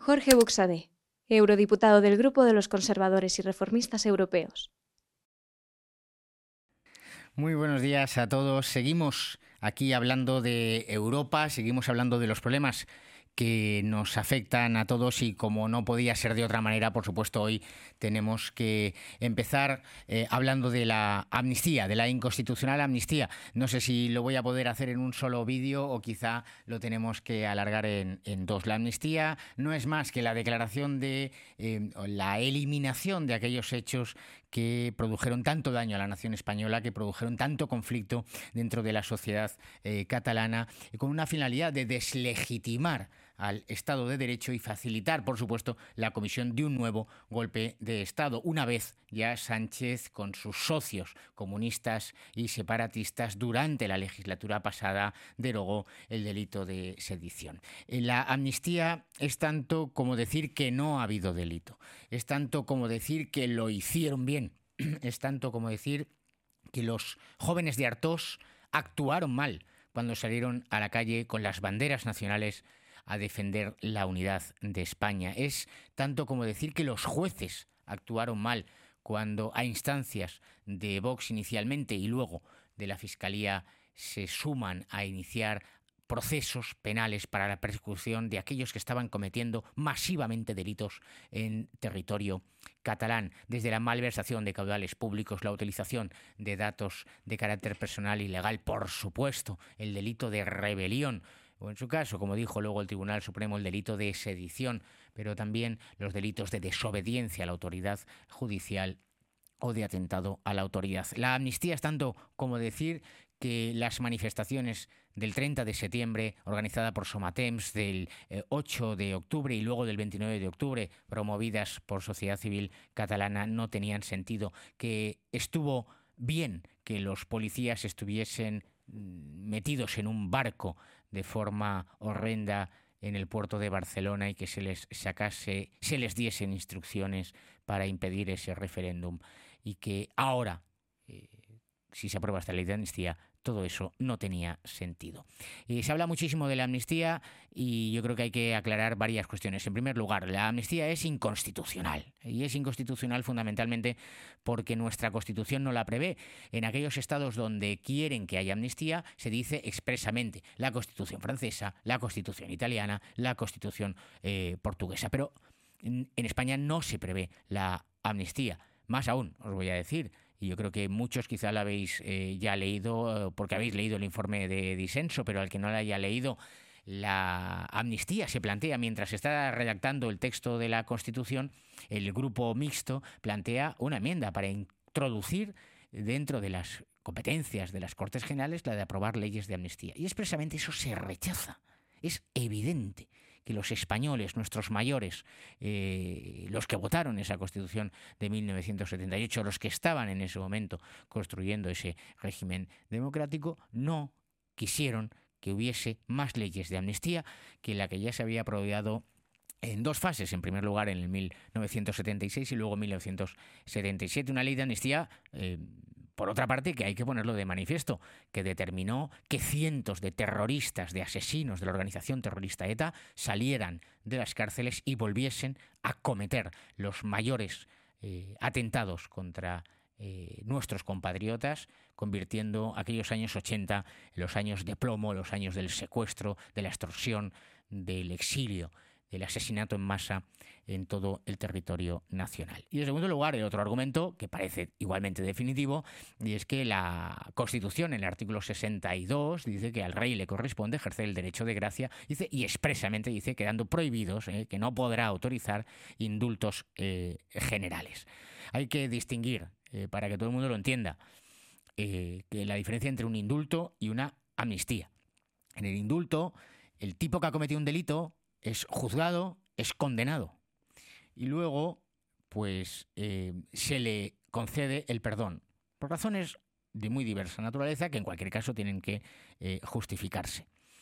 Jorge Buxadé, eurodiputado del Grupo de los Conservadores y Reformistas Europeos. Muy buenos días a todos. Seguimos aquí hablando de Europa, seguimos hablando de los problemas que nos afectan a todos y como no podía ser de otra manera, por supuesto, hoy tenemos que empezar hablando de la amnistía, de la inconstitucional amnistía. No sé si lo voy a poder hacer en un solo vídeo o quizá lo tenemos que alargar en dos. La amnistía no es más que la declaración de la eliminación de aquellos hechos que produjeron tanto daño a la nación española, que produjeron tanto conflicto dentro de la sociedad catalana, con una finalidad de deslegitimar al Estado de Derecho y facilitar, por supuesto, la comisión de un nuevo golpe de Estado, una vez ya Sánchez, con sus socios comunistas y separatistas, durante la legislatura pasada, derogó el delito de sedición. La amnistía es tanto como decir que no ha habido delito, es tanto como decir que lo hicieron bien, es tanto como decir que los jóvenes de Artós actuaron mal cuando salieron a la calle con las banderas nacionales a defender la unidad de España. Es tanto como decir que los jueces actuaron mal cuando, a instancias de Vox inicialmente y luego de la Fiscalía, se suman a iniciar procesos penales para la persecución de aquellos que estaban cometiendo masivamente delitos en territorio catalán, desde la malversación de caudales públicos, la utilización de datos de carácter personal y legal, por supuesto, el delito de rebelión, o en su caso, como dijo luego el Tribunal Supremo, el delito de sedición, pero también los delitos de desobediencia a la autoridad judicial o de atentado a la autoridad. La amnistía es tanto como decir que las manifestaciones del 30 de septiembre, organizada por Somatemps, del 8 de octubre y luego del 29 de octubre, promovidas por Sociedad Civil Catalana, no tenían sentido, que estuvo bien que los policías estuviesen metidos en un barco de forma horrenda en el puerto de Barcelona y que se les diesen instrucciones para impedir ese referéndum, y que ahora, si se aprueba esta ley de amnistía, todo eso no tenía sentido. Se habla muchísimo de la amnistía y yo creo que hay que aclarar varias cuestiones. En primer lugar, la amnistía es inconstitucional, y es inconstitucional fundamentalmente porque nuestra Constitución no la prevé. En aquellos estados donde quieren que haya amnistía se dice expresamente: la Constitución francesa, la Constitución italiana, la Constitución portuguesa. Pero en España no se prevé la amnistía. Más aún, os voy a decir, y yo creo que muchos quizá la habéis ya leído, porque habéis leído el informe de disenso, pero al que no la haya leído, la amnistía se plantea mientras se está redactando el texto de la Constitución. El grupo mixto plantea una enmienda para introducir dentro de las competencias de las Cortes Generales la de aprobar leyes de amnistía. Y expresamente eso se rechaza. Es evidente que los españoles, nuestros mayores, los que votaron esa Constitución de 1978, los que estaban en ese momento construyendo ese régimen democrático, no quisieron que hubiese más leyes de amnistía que la que ya se había aprobado en dos fases. En primer lugar, en el 1976 y luego en 1977, una ley de amnistía, por otra parte, que hay que ponerlo de manifiesto, que determinó que cientos de terroristas, de asesinos de la organización terrorista ETA, salieran de las cárceles y volviesen a cometer los mayores atentados contra nuestros compatriotas, convirtiendo aquellos años 80 en los años de plomo, los años del secuestro, de la extorsión, del exilio, del asesinato en masa en todo el territorio nacional. Y en segundo lugar, el otro argumento, que parece igualmente definitivo, y es que la Constitución, en el artículo 62, dice que al rey le corresponde ejercer el derecho de gracia, dice, y expresamente dice, quedando prohibidos, que no podrá autorizar indultos generales. Hay que distinguir, para que todo el mundo lo entienda, que la diferencia entre un indulto y una amnistía. En el indulto, el tipo que ha cometido un delito es juzgado, es condenado, y luego pues se le concede el perdón por razones de muy diversa naturaleza que en cualquier caso tienen que justificarse.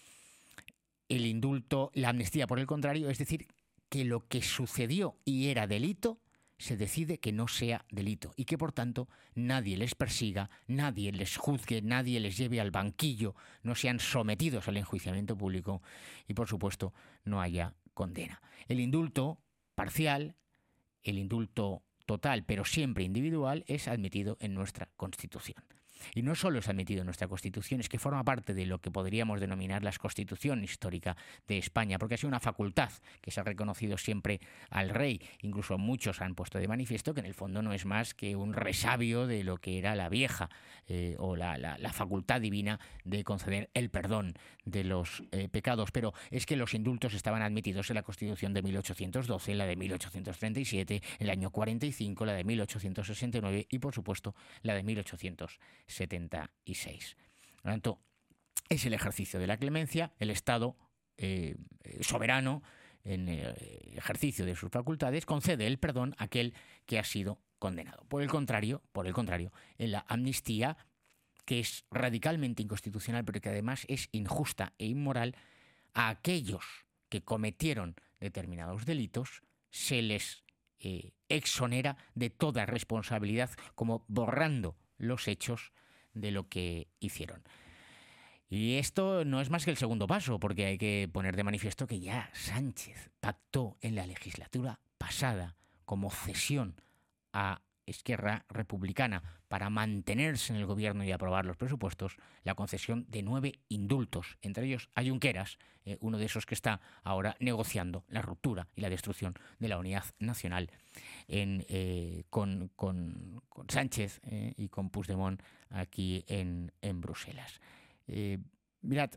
El indulto, la amnistía, por el contrario, es decir, que lo que sucedió y era delito se decide que no sea delito y que por tanto nadie les persiga, nadie les juzgue, nadie les lleve al banquillo, no sean sometidos al enjuiciamiento público y por supuesto no haya condena. El indulto parcial, el indulto total pero siempre individual es admitido en nuestra Constitución. Y no solo es admitido en nuestra Constitución, es que forma parte de lo que podríamos denominar la Constitución histórica de España, porque ha sido una facultad que se ha reconocido siempre al rey. Incluso muchos han puesto de manifiesto que en el fondo no es más que un resabio de lo que era la vieja o la facultad divina de conceder el perdón de los pecados. Pero es que los indultos estaban admitidos en la Constitución de 1812, la de 1837, el año 45, la de 1869 y, por supuesto, la de 1876. Por lo tanto, es el ejercicio de la clemencia, el Estado soberano, en el ejercicio de sus facultades, concede el perdón a aquel que ha sido condenado. Por el contrario, en la amnistía, que es radicalmente inconstitucional, pero que además es injusta e inmoral, a aquellos que cometieron determinados delitos se les exonera de toda responsabilidad, como borrando los hechos de lo que hicieron. Y esto no es más que el segundo paso, porque hay que poner de manifiesto que ya Sánchez pactó en la legislatura pasada como cesión a Esquerra Republicana para mantenerse en el gobierno y aprobar los presupuestos, la concesión de 9 indultos, entre ellos a Junqueras, uno de esos que está ahora negociando la ruptura y la destrucción de la unidad nacional con Sánchez y con Puigdemont aquí en Bruselas. Mirad,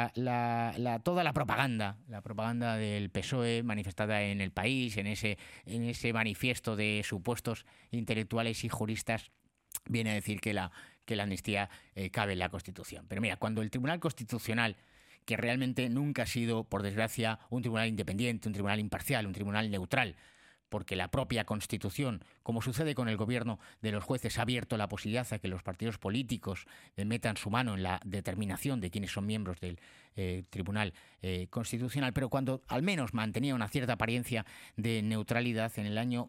toda la propaganda del PSOE manifestada en El País, en ese manifiesto de supuestos intelectuales y juristas, viene a decir que la amnistía cabe en la Constitución. Pero mira, cuando el Tribunal Constitucional, que realmente nunca ha sido, por desgracia, un tribunal independiente, un tribunal imparcial, un tribunal neutral, porque la propia Constitución, como sucede con el gobierno de los jueces, ha abierto la posibilidad a que los partidos políticos metan su mano en la determinación de quiénes son miembros del Tribunal Constitucional, pero cuando al menos mantenía una cierta apariencia de neutralidad en el año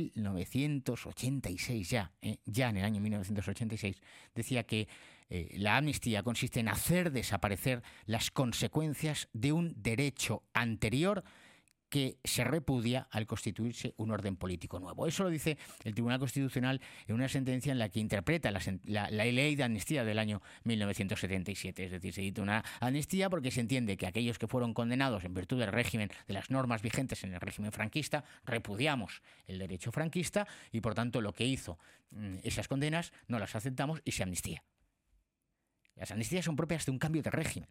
1986, ya en el año 1986, decía que la amnistía consiste en hacer desaparecer las consecuencias de un derecho anterior que se repudia al constituirse un orden político nuevo. Eso lo dice el Tribunal Constitucional en una sentencia en la que interpreta la ley de amnistía del año 1977. Es decir, se dicta una amnistía porque se entiende que aquellos que fueron condenados en virtud del régimen, de las normas vigentes en el régimen franquista, repudiamos el derecho franquista y, por tanto, lo que hizo esas condenas no las aceptamos y se amnistía. Las amnistías son propias de un cambio de régimen.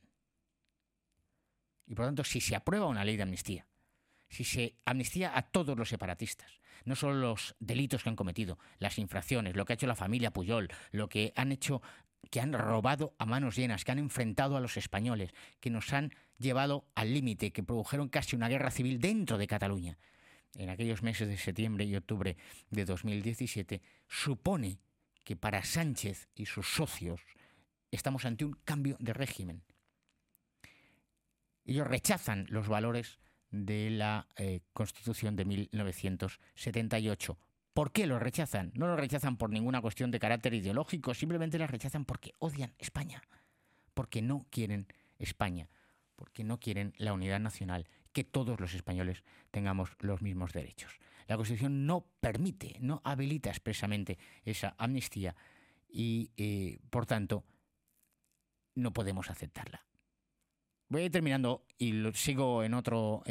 Y, por tanto, si se aprueba una ley de amnistía, si se amnistía a todos los separatistas, no solo los delitos que han cometido, las infracciones, lo que ha hecho la familia Pujol, lo que han hecho, que han robado a manos llenas, que han enfrentado a los españoles, que nos han llevado al límite, que produjeron casi una guerra civil dentro de Cataluña, en aquellos meses de septiembre y octubre de 2017, supone que para Sánchez y sus socios estamos ante un cambio de régimen. Ellos rechazan los valores de la Constitución de 1978. ¿Por qué lo rechazan? No lo rechazan por ninguna cuestión de carácter ideológico, simplemente la rechazan porque odian España, porque no quieren España, porque no quieren la unidad nacional, que todos los españoles tengamos los mismos derechos. La Constitución no permite, no habilita expresamente esa amnistía y, por tanto, no podemos aceptarla. Voy a ir terminando y lo sigo en otro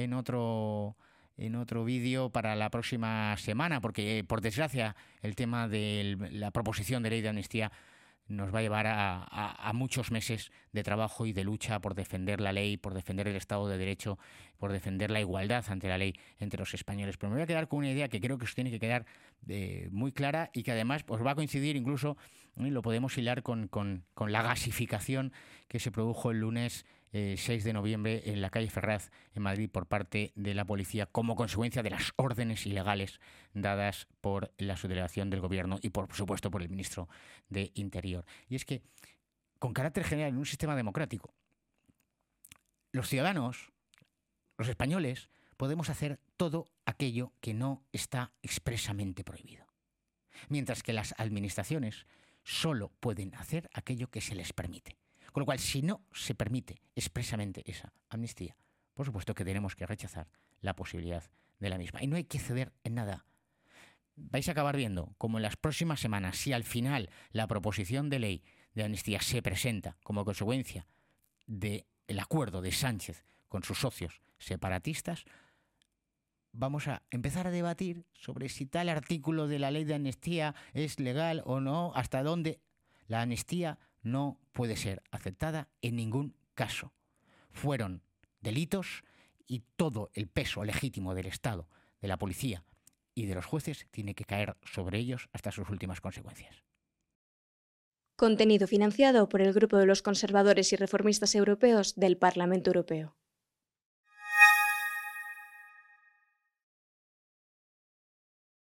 vídeo para la próxima semana, porque por desgracia el tema de la proposición de ley de amnistía nos va a llevar a muchos meses de trabajo y de lucha por defender la ley, por defender el Estado de Derecho, por defender la igualdad ante la ley entre los españoles. Pero me voy a quedar con una idea que creo que os tiene que quedar muy clara y que además os va a coincidir, incluso lo podemos hilar con la gasificación que se produjo el lunes 6 de noviembre en la calle Ferraz, en Madrid, por parte de la policía, como consecuencia de las órdenes ilegales dadas por la subdelegación del Gobierno y, por supuesto, por el ministro de Interior. Y es que, con carácter general, en un sistema democrático, los ciudadanos, los españoles, podemos hacer todo aquello que no está expresamente prohibido. Mientras que las administraciones solo pueden hacer aquello que se les permite. Con lo cual, si no se permite expresamente esa amnistía, por supuesto que tenemos que rechazar la posibilidad de la misma. Y no hay que ceder en nada. Vais a acabar viendo como en las próximas semanas, si al final la proposición de ley de amnistía se presenta como consecuencia del acuerdo de Sánchez con sus socios separatistas, vamos a empezar a debatir sobre si tal artículo de la ley de amnistía es legal o no, hasta dónde. La amnistía no puede ser aceptada en ningún caso. Fueron delitos y todo el peso legítimo del Estado, de la policía y de los jueces tiene que caer sobre ellos hasta sus últimas consecuencias. Contenido financiado por el Grupo de los Conservadores y Reformistas Europeos del Parlamento Europeo.